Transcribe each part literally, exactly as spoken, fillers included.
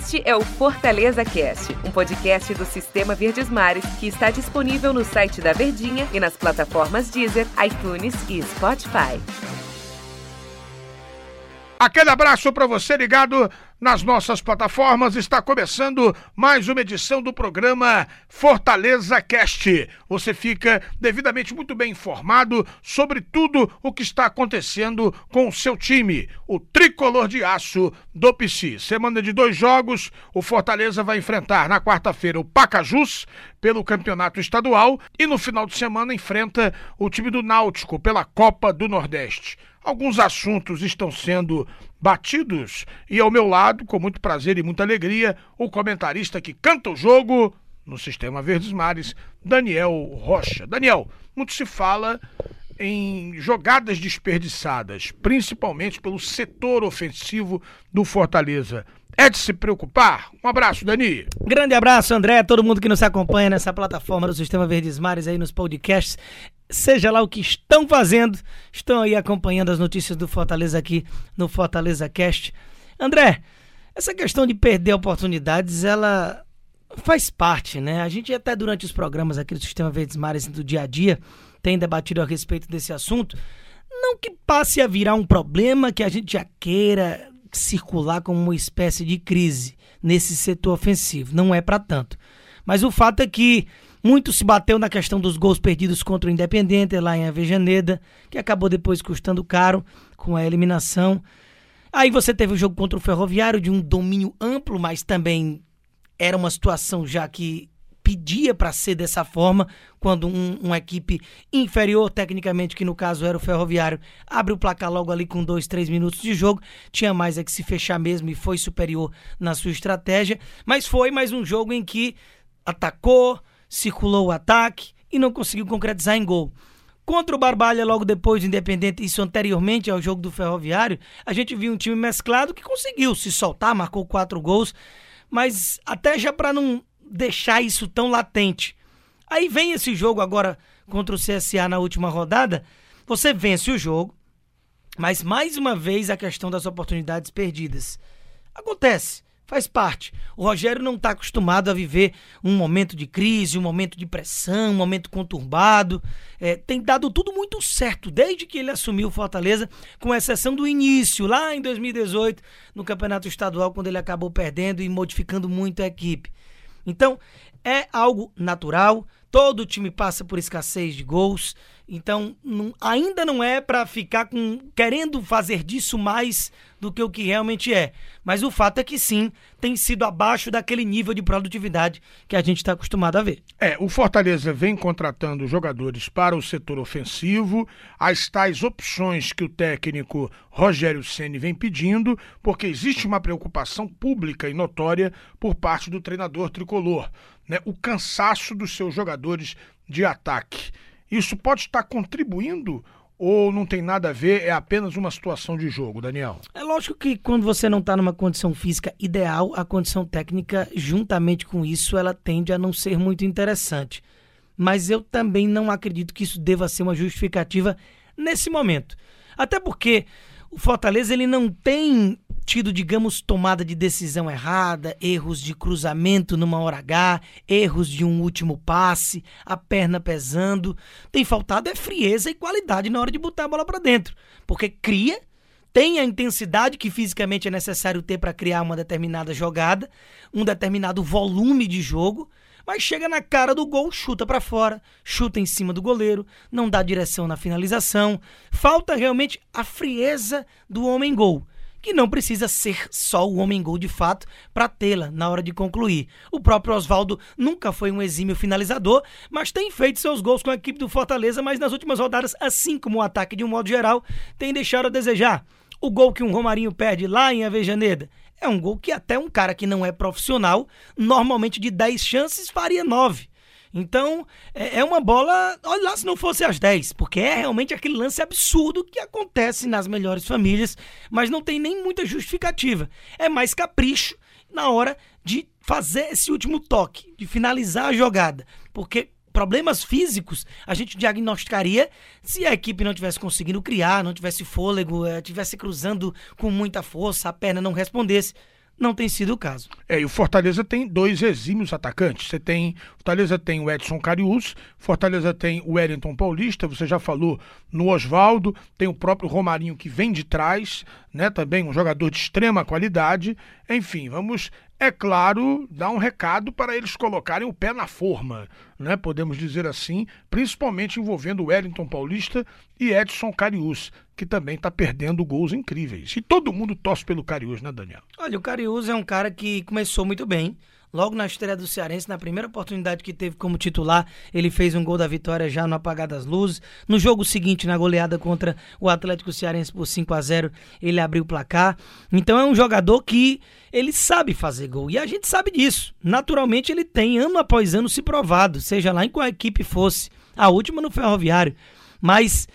Este é o Fortaleza Cast, um podcast do Sistema Verdes Mares que está disponível no site da Verdinha e nas plataformas Deezer, iTunes e Spotify. Aquele abraço para você ligado nas nossas plataformas. Está começando mais uma edição do programa Fortaleza Cast. Você fica devidamente muito bem informado sobre tudo o que está acontecendo com o seu time, o Tricolor de Aço do P C. Semana de dois jogos, o Fortaleza vai enfrentar na quarta-feira o Pacajus pelo campeonato estadual e no final de semana enfrenta o time do Náutico pela Copa do Nordeste. Alguns assuntos estão sendo batidos e ao meu lado, com muito prazer e muita alegria, o comentarista que canta o jogo no Sistema Verdes Mares, Daniel Rocha. Daniel, muito se fala em jogadas desperdiçadas, principalmente pelo setor ofensivo do Fortaleza. É de se preocupar? Um abraço, Dani. Grande abraço, André, todo mundo que nos acompanha nessa plataforma do Sistema Verdes Mares aí nos podcasts. Seja lá o que estão fazendo, estão aí acompanhando as notícias do Fortaleza aqui no Fortaleza Cast. André, essa questão de perder oportunidades, ela faz parte, né? A gente até durante os programas aqui do Sistema Verdes Mares do dia a dia tem debatido a respeito desse assunto. Não que passe a virar um problema que a gente já queira circular como uma espécie de crise nesse setor ofensivo, não é para tanto. Mas o fato é que muito se bateu na questão dos gols perdidos contra o Independente lá em Avejaneda, que acabou depois custando caro com a eliminação. Aí você teve o jogo contra o Ferroviário de um domínio amplo, mas também era uma situação já que pedia para ser dessa forma, quando um, uma equipe inferior tecnicamente, que no caso era o Ferroviário, abre o placar logo ali com dois, três minutos de jogo, tinha mais é que se fechar mesmo e foi superior na sua estratégia, mas foi mais um jogo em que atacou, circulou o ataque e não conseguiu concretizar em gol. Contra o Barbalha, logo depois do Independente, isso anteriormente ao jogo do Ferroviário, a gente viu um time mesclado que conseguiu se soltar, marcou quatro gols, mas até já para não deixar isso tão latente. Aí vem esse jogo agora contra o C S A na última rodada, você vence o jogo, mas mais uma vez a questão das oportunidades perdidas. Acontece. Faz parte. O Rogério não está acostumado a viver um momento de crise, um momento de pressão, um momento conturbado. É, tem dado tudo muito certo desde que ele assumiu o Fortaleza, com exceção do início, lá em dois mil e dezoito, no Campeonato Estadual, quando ele acabou perdendo e modificando muito a equipe. Então, é algo natural. Todo time passa por escassez de gols. Então, não, ainda não é para ficar com, querendo fazer disso mais do que o que realmente é. Mas o fato é que sim, tem sido abaixo daquele nível de produtividade que a gente está acostumado a ver. É, o Fortaleza vem contratando jogadores para o setor ofensivo, as tais opções que o técnico Rogério Ceni vem pedindo, porque existe uma preocupação pública e notória por parte do treinador tricolor, né? O cansaço dos seus jogadores de ataque. Isso pode estar contribuindo ou não tem nada a ver, é apenas uma situação de jogo, Daniel? É lógico que quando você não está numa condição física ideal, a condição técnica, juntamente com isso, ela tende a não ser muito interessante. Mas eu também não acredito que isso deva ser uma justificativa nesse momento. Até porque o Fortaleza ele não tem tido, digamos, tomada de decisão errada, erros de cruzamento numa hora H, erros de um último passe, a perna pesando. Tem faltado é frieza e qualidade na hora de botar a bola para dentro, porque cria, tem a intensidade que fisicamente é necessário ter para criar uma determinada jogada, um determinado volume de jogo, mas chega na cara do gol, chuta para fora, chuta em cima do goleiro, não dá direção na finalização. Falta realmente a frieza do homem-gol, que não precisa ser só o homem-gol de fato para tê-la na hora de concluir. O próprio Oswaldo nunca foi um exímio finalizador, mas tem feito seus gols com a equipe do Fortaleza, mas nas últimas rodadas, assim como o ataque de um modo geral, tem deixado a desejar. O gol que um Romarinho perde lá em Avejaneda é um gol que até um cara que não é profissional, normalmente de dez chances, faria nove. Então, é uma bola, olha lá se não fosse às dez, porque é realmente aquele lance absurdo que acontece nas melhores famílias, mas não tem nem muita justificativa. É mais capricho na hora de fazer esse último toque, de finalizar a jogada, porque problemas físicos a gente diagnosticaria se a equipe não tivesse conseguindo criar, não tivesse fôlego, estivesse cruzando com muita força, a perna não respondesse. não tem sido o caso. É, e o Fortaleza tem dois exímios atacantes. Você tem, Fortaleza tem o Edson Cariús, Fortaleza tem o Wellington Paulista, você já falou no Oswaldo, tem o próprio Romarinho que vem de trás, né, também um jogador de extrema qualidade. Enfim, vamos, é claro, dar um recado para eles colocarem o pé na forma, né, podemos dizer assim, principalmente envolvendo o Wellington Paulista e Edson Cariús, que também está perdendo gols incríveis. E todo mundo torce pelo Cariús, né, Daniel? Olha, o Cariús é um cara que começou muito bem. Logo na estreia do Cearense, na primeira oportunidade que teve como titular, ele fez um gol da vitória já no apagar das luzes. No jogo seguinte, na goleada contra o Atlético Cearense por cinco a zero, ele abriu o placar. Então é um jogador que ele sabe fazer gol, e a gente sabe disso. Naturalmente ele tem, ano após ano, se provado, seja lá em qual equipe fosse. A última no Ferroviário. Mas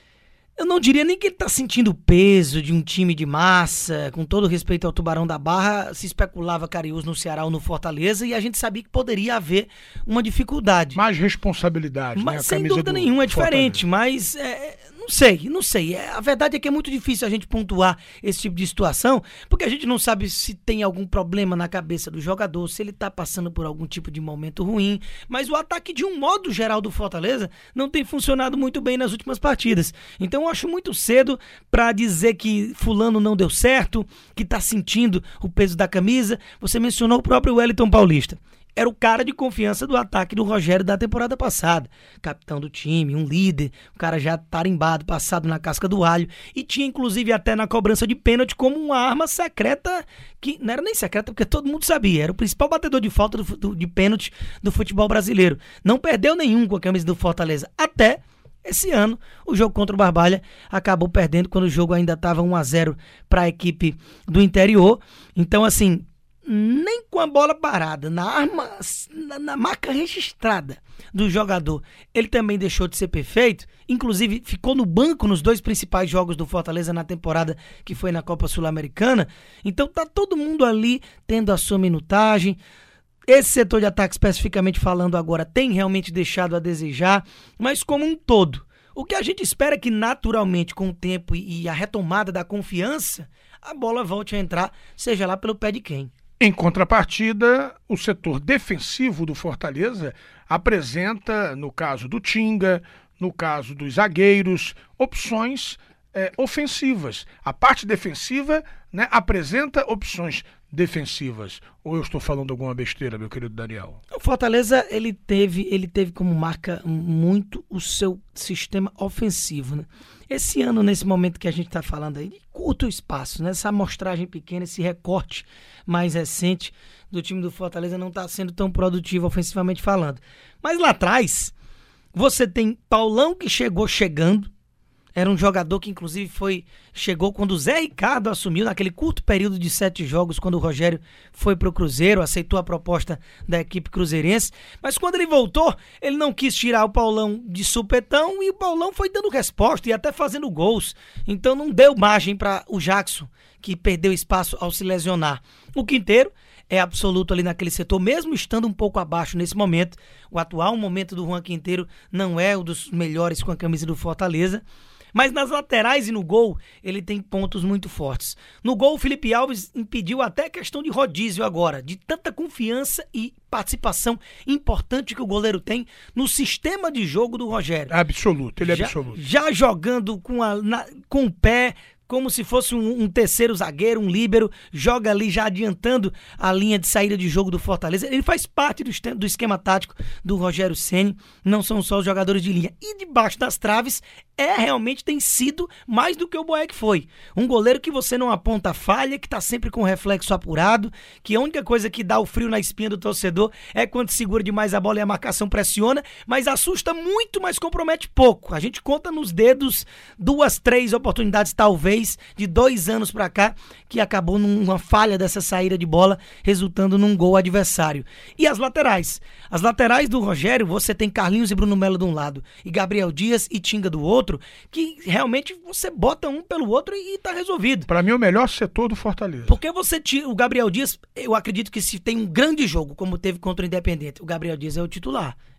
eu não diria nem que ele está sentindo o peso de um time de massa. Com todo respeito ao Tubarão da Barra, se especulava Cariús no Ceará ou no Fortaleza, e a gente sabia que poderia haver uma dificuldade. Mais responsabilidade, mas, né? A sem camisa dúvida do nenhuma, é diferente, Fortaleza. mas é, não sei, não sei. É, a verdade é que é muito difícil a gente pontuar esse tipo de situação, porque a gente não sabe se tem algum problema na cabeça do jogador, se ele está passando por algum tipo de momento ruim, mas o ataque, de um modo geral, do Fortaleza não tem funcionado muito bem nas últimas partidas. Então eu acho muito cedo para dizer que fulano não deu certo, que está sentindo o peso da camisa. Você mencionou o próprio Wellington Paulista. Era o cara de confiança do ataque do Rogério da temporada passada. Capitão do time, um líder, um cara já tarimbado, passado na casca do alho. E tinha, inclusive, até na cobrança de pênalti como uma arma secreta, que não era nem secreta, porque todo mundo sabia. Era o principal batedor de falta do, do, de pênalti do futebol brasileiro. Não perdeu nenhum com a camisa do Fortaleza. Até esse ano, o jogo contra o Barbalha acabou perdendo quando o jogo ainda estava um a zero para a equipe do interior. Então, assim, nem com a bola parada, na arma, na, na marca registrada do jogador, ele também deixou de ser perfeito. Inclusive ficou no banco nos dois principais jogos do Fortaleza na temporada, que foi na Copa Sul-Americana. Então tá todo mundo ali tendo a sua minutagem. Esse setor de ataque, especificamente falando agora, tem realmente deixado a desejar, mas como um todo, o que a gente espera é que naturalmente, com o tempo e a retomada da confiança, a bola volte a entrar, seja lá pelo pé de quem. Em contrapartida, o setor defensivo do Fortaleza apresenta, no caso do Tinga, no caso dos zagueiros, opções é, ofensivas. A parte defensiva, né, apresenta opções defensivas. Ou eu estou falando alguma besteira, meu querido Daniel? O Fortaleza, ele teve, ele teve como marca muito o seu sistema ofensivo, né? Esse ano, nesse momento que a gente está falando aí, de curto espaço, né? Essa amostragem pequena, esse recorte mais recente do time do Fortaleza não está sendo tão produtivo ofensivamente falando. Mas lá atrás, você tem Paulão, que chegou chegando. Era um jogador que, inclusive, foi, chegou quando o Zé Ricardo assumiu, naquele curto período de sete jogos, quando o Rogério foi para o Cruzeiro, aceitou a proposta da equipe cruzeirense. Mas quando ele voltou, ele não quis tirar o Paulão de supetão, e o Paulão foi dando resposta e até fazendo gols. Então não deu margem para o Jackson, que perdeu espaço ao se lesionar. O Quinteiro é absoluto ali naquele setor, mesmo estando um pouco abaixo nesse momento. O atual momento do Juan Quinteiro não é um dos melhores com a camisa do Fortaleza. Mas nas laterais e no gol, ele tem pontos muito fortes. No gol, o Felipe Alves impediu até questão de rodízio agora, de tanta confiança e participação importante que o goleiro tem no sistema de jogo do Rogério. Absoluto, ele é já, absoluto. Já jogando com, a, na, com o pé, como se fosse um, um terceiro zagueiro, um líbero, joga ali já adiantando a linha de saída de jogo do Fortaleza. Ele faz parte do, do esquema tático do Rogério Ceni, não são só os jogadores de linha. E debaixo das traves, é realmente tem sido mais do que o Boeck foi. Um goleiro que você não aponta falha, que tá sempre com o reflexo apurado, que a única coisa que dá o frio na espinha do torcedor é quando segura demais a bola e a marcação pressiona, mas assusta muito, mas compromete pouco. A gente conta nos dedos duas, três oportunidades, talvez, de dois anos pra cá, que acabou numa falha dessa saída de bola, resultando num gol adversário. E as laterais? As laterais do Rogério, você tem Carlinhos e Bruno Melo de um lado, e Gabriel Dias e Tinga do outro, que realmente você bota um pelo outro e tá resolvido. Pra mim, o melhor setor do Fortaleza. Porque você tira o Gabriel Dias, eu acredito que se tem um grande jogo, como teve contra o Independente, o Gabriel Dias é o titular.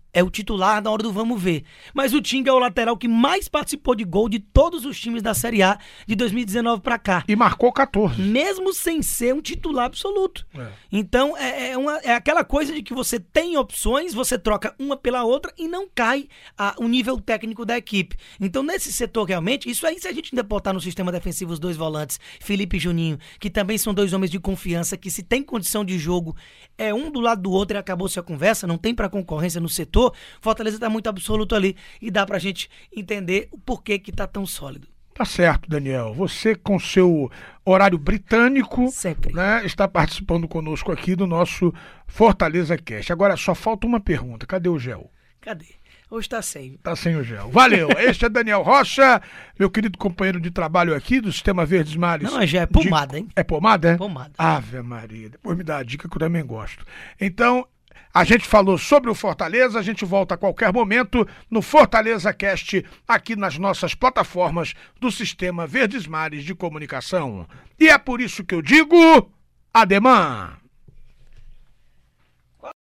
É o titular na hora do vamos ver. Mas o Tinga é o lateral que mais participou de gol de todos os times da Série A de dois mil e dezenove pra cá. E marcou catorze. Mesmo sem ser um titular absoluto. É. Então, é, é, uma, é aquela coisa de que você tem opções, você troca uma pela outra e não cai a, o nível técnico da equipe. Então, nesse setor, realmente, isso aí, se a gente ainda botar no sistema defensivo os dois volantes, Felipe e Juninho, que também são dois homens de confiança, que se tem condição de jogo, é um do lado do outro e acabou-se a conversa, não tem pra concorrência no setor. Fortaleza tá muito absoluto ali e dá pra gente entender o porquê que tá tão sólido. Tá certo, Daniel. Você com seu horário britânico, Sempre. Né, está participando conosco aqui do nosso Fortaleza Cast. Agora só falta uma pergunta. Cadê o gel? Cadê? Hoje tá sem. Tá sem o gel. Valeu. Este é Daniel Rocha, meu querido companheiro de trabalho aqui do Sistema Verdes Mares. Não, já é pomada, de... hein? É pomada, é? Pomada. Ave Maria. Depois me dá a dica que eu também gosto. Então, a gente falou sobre o Fortaleza, a gente volta a qualquer momento no Fortaleza Cast, aqui nas nossas plataformas do Sistema Verdes Mares de Comunicação. E é por isso que eu digo, ademã!